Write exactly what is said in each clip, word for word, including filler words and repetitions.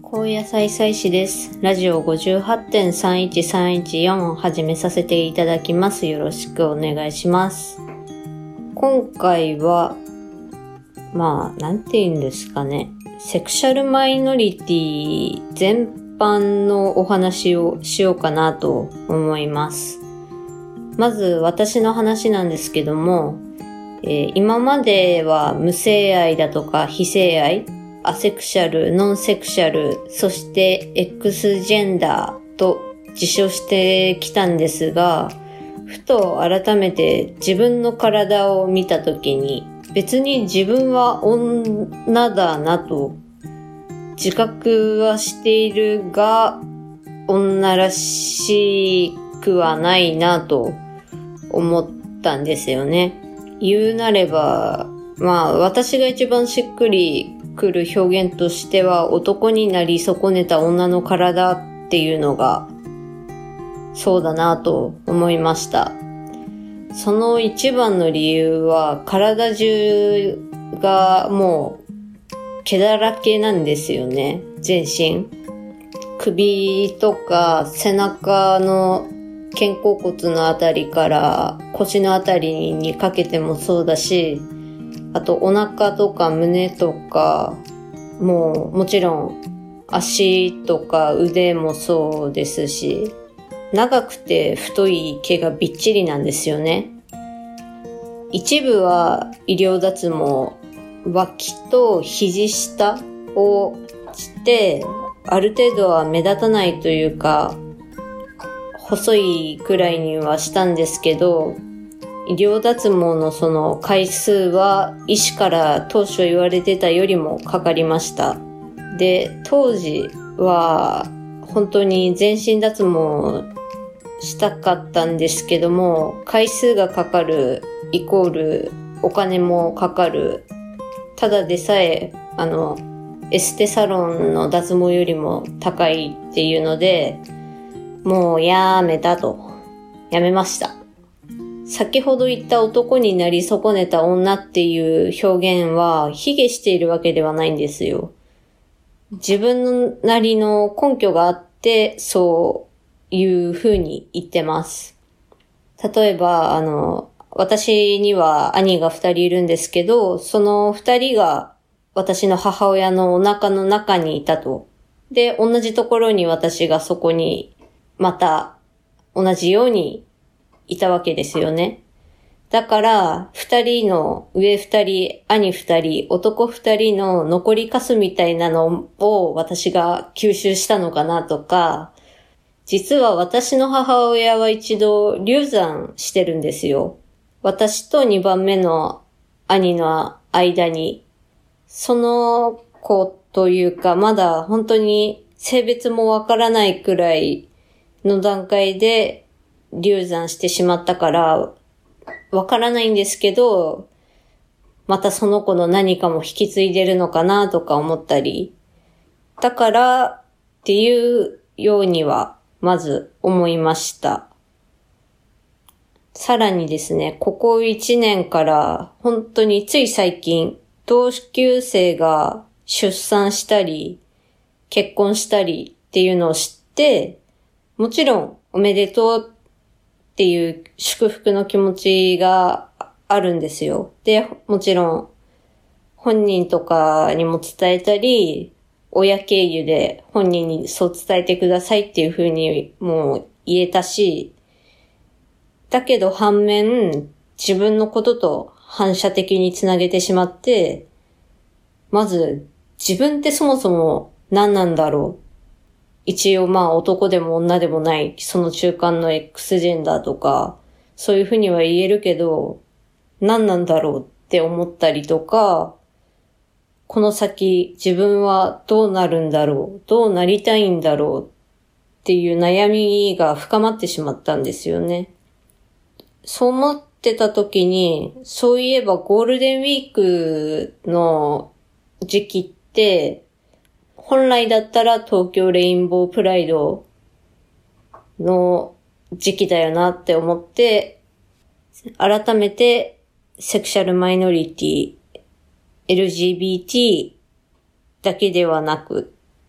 高野菜菜師です。ラジオ ごじゅうはちてんさんいちさんいちよん を始めさせていただきます。よろしくお願いします。今回は、まあ、なんて言うんですかね。セクシャルマイノリティ全般のお話をしようかなと思います。まず私の話なんですけども、えー、今までは無性愛だとか非性愛、アセクシャル、ノンセクシャル、そして X ジェンダーと自称してきたんですが、ふと改めて自分の体を見たときに、別に自分は女だなと自覚はしているが、女らしくはないなと思ったんですよね。言うなれば、まあ私が一番しっくりくる表現としては、男になり損ねた女の体っていうのがそうだなと思いました。その一番の理由は、体中がもう毛だらけなんですよね。全身。首とか背中の肩甲骨のあたりから腰のあたりにかけてもそうだし、あとお腹とか胸とか、もうもちろん足とか腕もそうですし、長くて太い毛がびっちりなんですよね。一部は医療脱毛、脇と肘下をして、ある程度は目立たないというか、細いくらいにはしたんですけど、医療脱毛のその回数は医師から当初言われてたよりもかかりました。で、当時は本当に全身脱毛したかったんですけども、回数がかかるイコールお金もかかる。ただでさえ、あの、エステサロンの脱毛よりも高いっていうので、もうやめたと。やめました。先ほど言った男になり損ねた女っていう表現は卑下しているわけではないんですよ。自分なりの根拠があってそういう風に言ってます。例えば、あの、私には兄が二人いるんですけど、その二人が私の母親のお腹の中にいたと。で、同じところに私がそこにまた同じようにいたわけですよね。だから、二人の、上二人、兄二人、男二人の残りカスみたいなのを私が吸収したのかなとか、実は私の母親は一度流産してるんですよ。私と二番目の兄の間に、その子というか、まだ本当に性別もわからないくらいの段階で、流産してしまったから、わからないんですけど、またその子の何かも引き継いでるのかなとか思ったり、だからっていうようにはまず思いました。さらにですね、ここいちねんから本当につい最近、同級生が出産したり、結婚したりっていうのを知って、もちろんおめでとうっていう祝福の気持ちがあるんですよ。で、もちろん本人とかにも伝えたり、親経由で本人にそう伝えてくださいっていう風にもう言えたし、だけど反面自分のことと反射的につなげてしまって、まず自分ってそもそも何なんだろう。一応まあ男でも女でもないその中間の X ジェンダーとかそういうふうには言えるけど何なんだろうって思ったりとか、この先自分はどうなるんだろう、どうなりたいんだろうっていう悩みが深まってしまったんですよね。そう思ってた時に、そういえばゴールデンウィークの時期って本来だったら東京レインボープライドの時期だよなって思って、改めてセクシャルマイノリティ、エルジービーティー だけではなく、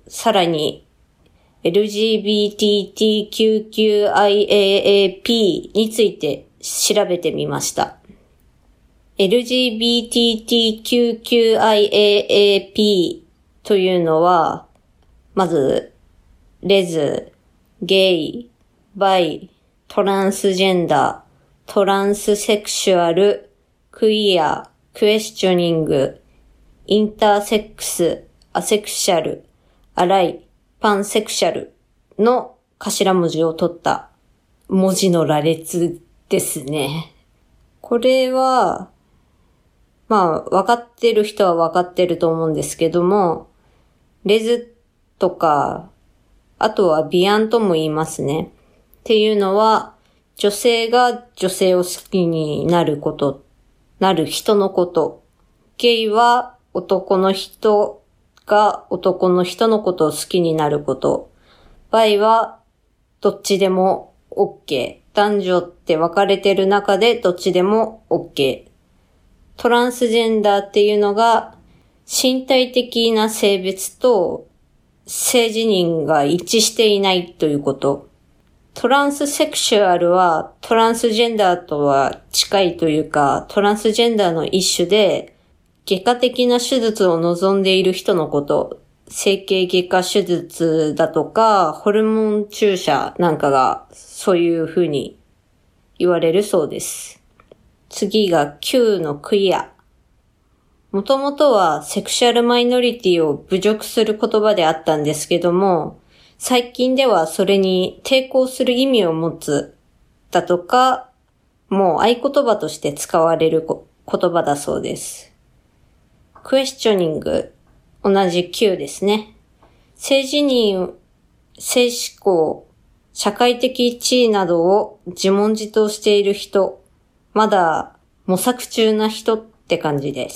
さらに エルジービーティーティーキューキューアイエーエーピー について調べてみました。エルジービーティーティーキューキューアイエーエーピー というのは、まず、レズ、ゲイ、バイ、トランスジェンダー、トランスセクシュアル、クイア、クエスチョニング、インターセックス、アセクシャル、アライ、パンセクシャルの頭文字を取った文字の羅列ですね。これは、まあ、分かってる人は分かってると思うんですけども、レズとか、あとはビアンとも言いますね。っていうのは、女性が女性を好きになること、なる人のこと。ゲイは男の人が男の人のことを好きになること。バイはどっちでも OK。男女って分かれてる中でどっちでも OK。トランスジェンダーっていうのが身体的な性別と性自認が一致していないということ。トランスセクシュアルはトランスジェンダーとは近いというか、トランスジェンダーの一種で、外科的な手術を望んでいる人のこと、整形外科手術だとか、ホルモン注射なんかがそういう風に言われるそうです。次が Q のクイア。もともとはセクシャルマイノリティを侮辱する言葉であったんですけども、最近ではそれに抵抗する意味を持つだとか、もう合言葉として使われる言葉だそうです。クエスチョニング、同じ Q ですね。性自認、性思考、社会的地位などを自問自答している人、まだ模索中な人って感じです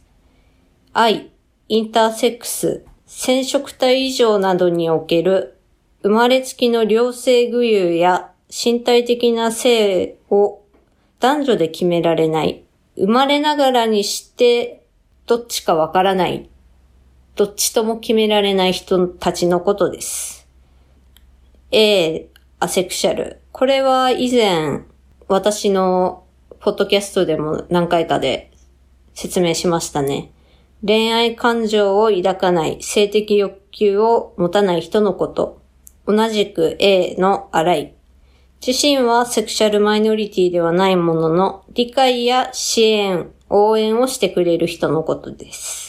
。I、インターセックス、染色体異常などにおける生まれつきの両性具有や身体的な性を男女で決められない。生まれながらにしてどっちかわからない。どっちとも決められない人たちのことです。A、アセクシャル。これは以前私のポッドキャストでも何回かで説明しましたね。恋愛感情を抱かない、性的欲求を持たない人のこと。同じく A のアライ。自身はセクシャルマイノリティではないものの、理解や支援、応援をしてくれる人のことです。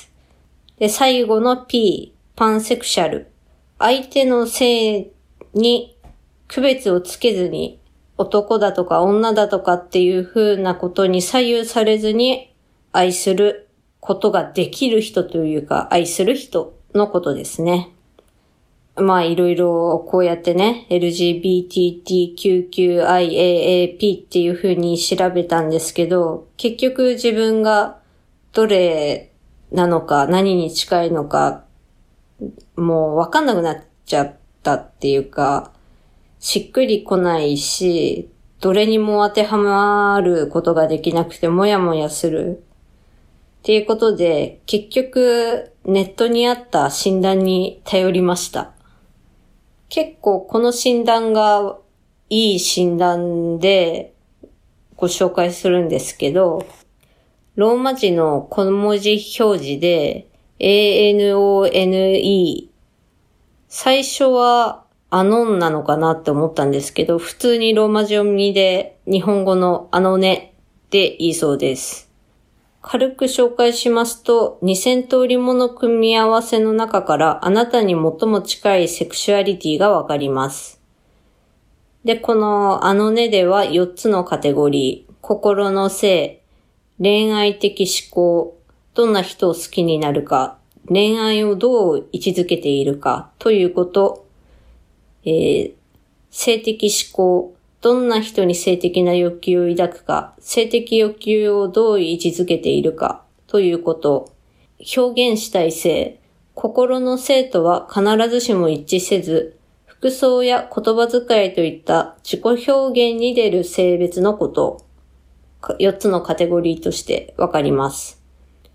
で、最後の P、パンセクシャル。相手の性に区別をつけずに、男だとか女だとかっていう風なことに左右されずに愛することができる人というか、愛する人のことですね。まあいろいろこうやってね、エルジービーティーティーキューキューアイエーエーピー っていう風に調べたんですけど、結局自分がどれなのか何に近いのか、もうわかんなくなっちゃったっていうか、しっくりこないし、どれにも当てはまることができなくてもやもやする。っていうことで、結局ネットにあった診断に頼りました。結構この診断がいい診断でご紹介するんですけど、ローマ字の小文字表示で エーエヌオーエヌイー。最初はアノンなのかなって思ったんですけど、普通にローマ字読みで日本語のアノネでいいそうです。軽く紹介しますと、にせん通りもの組み合わせの中からあなたに最も近いセクシュアリティがわかります。で、このアノネではよっつのカテゴリー、心の性、恋愛的思考、どんな人を好きになるか、恋愛をどう位置づけているかということ、えー、性的思考、どんな人に性的な欲求を抱くか、性的欲求をどう位置づけているかということ、表現したい性、心の性とは必ずしも一致せず、服装や言葉遣いといった自己表現に出る性別のこと、よっつのカテゴリーとしてわかります。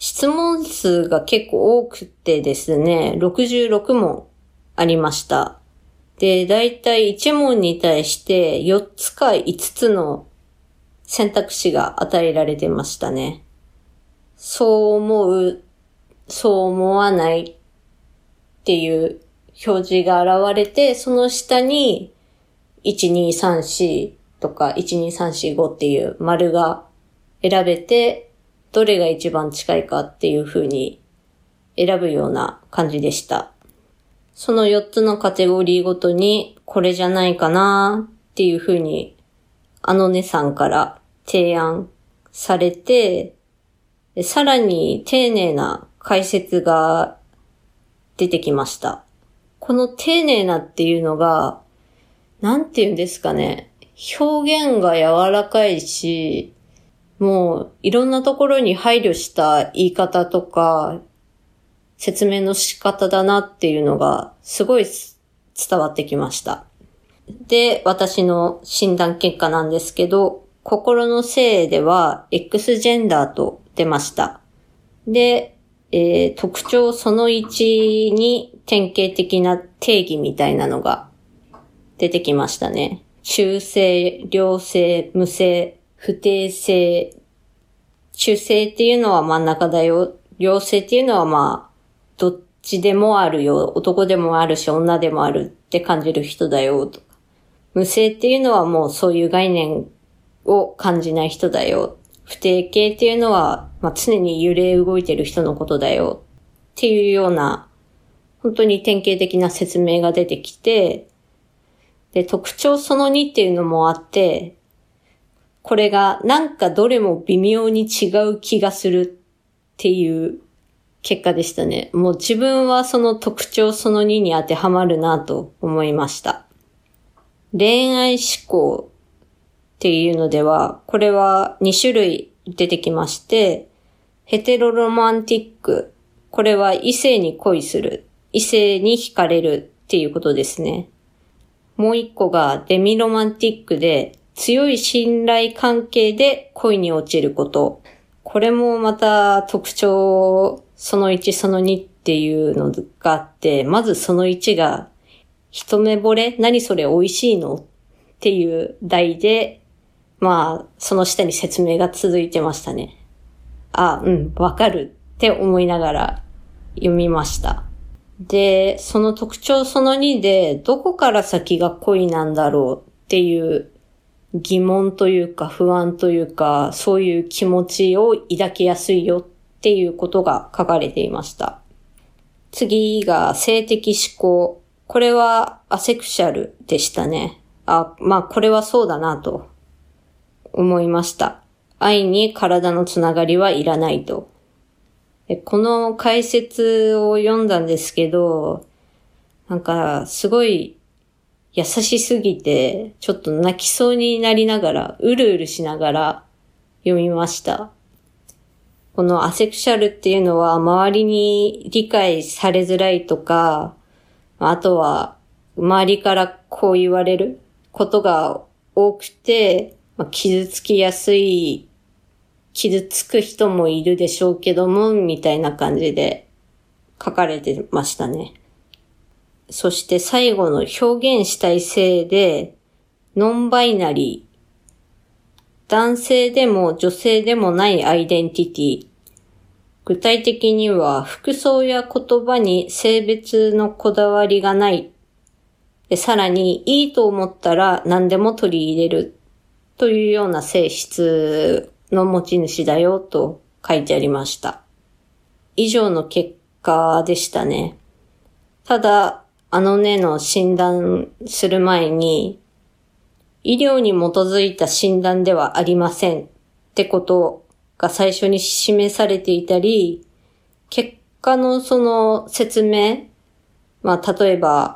質問数が結構多くてですね、ろくじゅうろくもんありました。で、だいたいいち問に対してよっつかいつつの選択肢が与えられてましたね。そう思う、そう思わないっていう表示が現れて、その下にいちにさんしとかいちにさんしごっていう丸が選べて、どれが一番近いかっていう風に選ぶような感じでした。そのよっつのカテゴリーごとにこれじゃないかなっていう風にあのねさんから提案されて、さらに丁寧な解説が出てきました。この丁寧なっていうのが、なんて言うんですかね。表現が柔らかいし、もういろんなところに配慮した言い方とか、説明の仕方だなっていうのがすごい伝わってきました。で、私の診断結果なんですけど、心の性では X ジェンダーと出ました。で、えー、特徴そのいちに典型的な定義みたいなのが出てきましたね。中性、良性、無性、不定性。中性っていうのは真ん中だよ。良性っていうのはまあ、どっちでもあるよ。男でもあるし、女でもあるって感じる人だよ。とか。無性っていうのはもうそういう概念を感じない人だよ。不定形っていうのは、まあ、常に揺れ動いてる人のことだよ。っていうような、本当に典型的な説明が出てきて、で、特徴そのにっていうのもあって、これがなんかどれも微妙に違う気がするっていう結果でしたね。もう自分はその特徴そのにに当てはまるなと思いました。恋愛思考っていうのでは、これはに種類出てきまして、ヘテロロマンティック。これは異性に恋する。異性に惹かれるっていうことですね。もう一個がデミロマンティックで、強い信頼関係で恋に落ちること。これもまた特徴そのいちそのにっていうのがあって、まずそのいちが一目惚れ？何それ美味しいの？っていう題で、まあその下に説明が続いてましたね。あ、うん、わかるって思いながら読みました。で、その特徴そのにでどこから先が恋なんだろうっていう疑問というか不安というかそういう気持ちを抱きやすいよっていうことが書かれていました。次が性的指向。これはアセクシャルでしたね。あ、まあこれはそうだなと思いました。愛に体のつながりはいらないと。この解説を読んだんですけど、なんかすごい優しすぎて、ちょっと泣きそうになりながら、うるうるしながら読みました。このアセクシャルっていうのは周りに理解されづらいとか、あとは周りからこう言われることが多くて、まあ、傷つきやすい、傷つく人もいるでしょうけども、みたいな感じで書かれてましたね。そして最後の表現したい性で、ノンバイナリー。男性でも女性でもないアイデンティティ。具体的には服装や言葉に性別のこだわりがない。で、さらにいいと思ったら何でも取り入れるというような性質の持ち主だよと書いてありました。以上の結果でしたね。ただ、あのねの診断する前に、医療に基づいた診断ではありませんってことが最初に示されていたり、結果のその説明、まあ例えば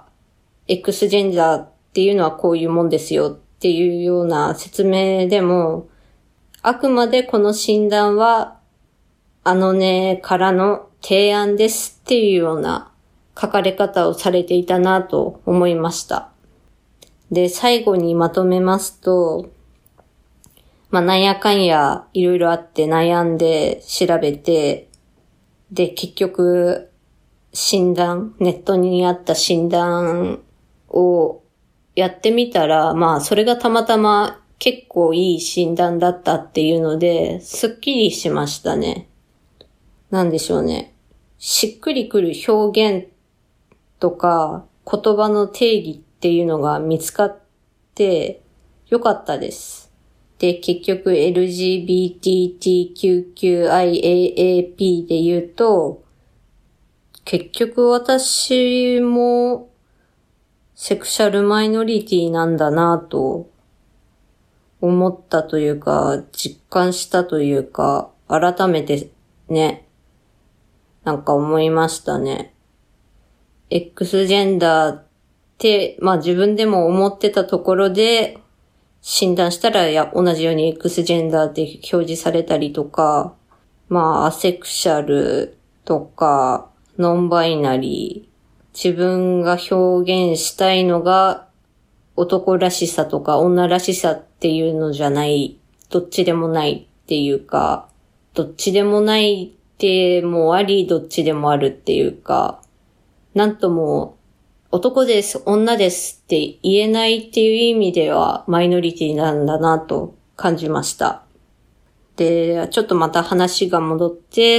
X ジェンダーっていうのはこういうもんですよっていうような説明でも、あくまでこの診断はあのねからの提案ですっていうような書かれ方をされていたなと思いました。で、最後にまとめますと、まあ、なんやかんやいろいろあって悩んで調べて、 で、結局、診断、ネットにあった診断をやってみたら、まあ、それがたまたま結構いい診断だったっていうので、すっきりしましたね。なんでしょうね。しっくりくる表現とか言葉の定義っていうのが見つかってよかったです。で、結局 エルジービーティーティーキューキューアイエーエーピー で言うと、結局私もセクシャルマイノリティなんだなと思ったというか、実感したというか、改めてね、なんか思いましたね。X ジェンダーって、まあ自分でも思ってたところで診断したらや同じように X ジェンダーって表示されたりとか、まあアセクシャルとかノンバイナリー、自分が表現したいのが男らしさとか女らしさっていうのじゃない、どっちでもないっていうか、どっちでもないってもあり、どっちでもあるっていうか、なんとも男です、女ですって言えないっていう意味ではマイノリティなんだなと感じました。で、ちょっとまた話が戻って、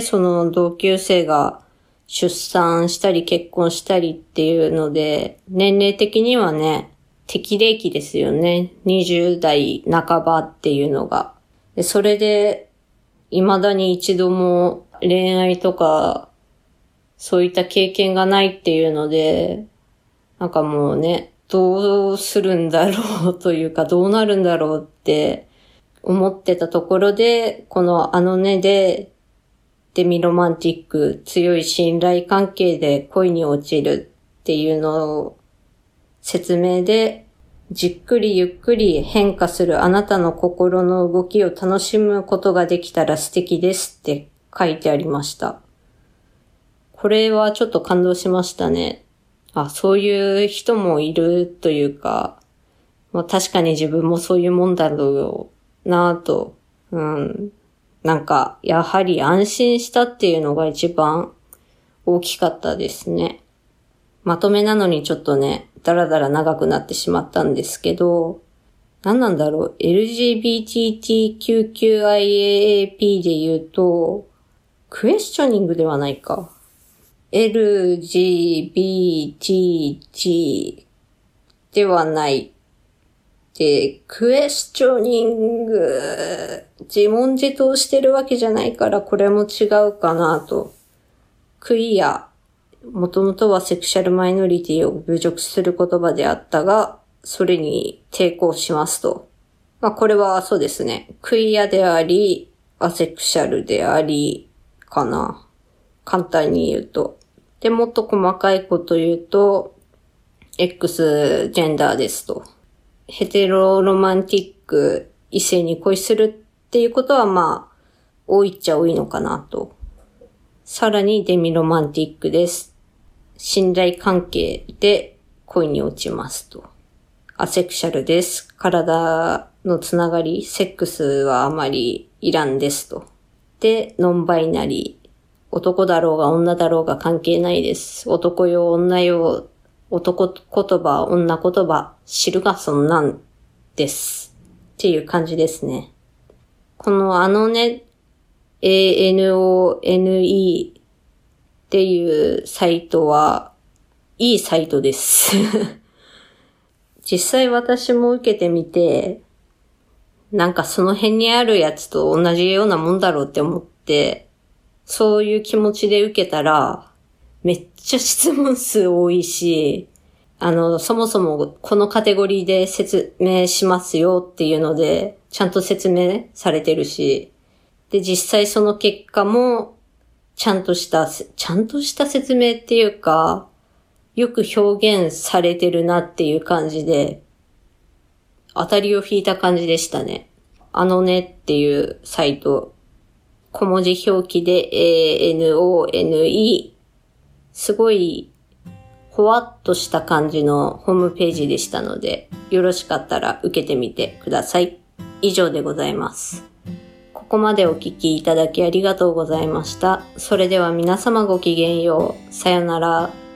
その同級生が出産したり結婚したりっていうので、年齢的にはね、適齢期ですよね。にじゅう代半ばっていうのが。でそれで、未だに一度も恋愛とか、そういった経験がないっていうので、なんかもうね、どうするんだろうというか、どうなるんだろうって思ってたところで、このあのねで、デミロマンティック、強い信頼関係で恋に落ちるっていうのを説明で、じっくりゆっくり変化するあなたの心の動きを楽しむことができたら素敵ですって書いてありました。これはちょっと感動しましたね。あ、そういう人もいるというか、まあ、確かに自分もそういうもんだろうなぁと、うん。なんか、やはり安心したっていうのが一番大きかったですね。まとめなのにちょっとね、だらだら長くなってしまったんですけど、何なんだろう、エルジービーティーティーキューキューアイエーエーピー で言うと、クエスチョニングではないか。エルジービーティーティー ではない。で、クエスチョニング、自問自答してるわけじゃないからこれも違うかなと。クイア、もともとはセクシャルマイノリティを侮辱する言葉であったが、それに抵抗しますと。まあこれはそうですね。クイアであり、アセクシャルであり、かな。簡単に言うと。で、もっと細かいこと言うと、X ジェンダーですと。ヘテロロマンティック、異性に恋するっていうことはまあ、多いっちゃ多いのかなと。さらにデミロマンティックです。信頼関係で恋に落ちますと。アセクシャルです。体のつながり、セックスはあまりいらんですと。で、ノンバイナリー。男だろうが女だろうが関係ないです。男よ女よ、男言葉、女言葉、知るがそんなんです。っていう感じですね。このあのね、エーエヌオーエヌイー っていうサイトは、いいサイトです。実際私も受けてみて、なんかその辺にあるやつと同じようなもんだろうって思って、そういう気持ちで受けたら、めっちゃ質問数多いし、あの、そもそもこのカテゴリーで説明しますよっていうので、ちゃんと説明されてるし、で、実際その結果も、ちゃんとした、ちゃんとした説明っていうか、よく表現されてるなっていう感じで、当たりを引いた感じでしたね。あのねっていうサイト、小文字表記で エーエヌオーエヌイー、すごい、ほわっとした感じのホームページでしたので、よろしかったら受けてみてください。以上でございます。ここまでお聞きいただきありがとうございました。それでは皆様ごきげんよう。さよなら。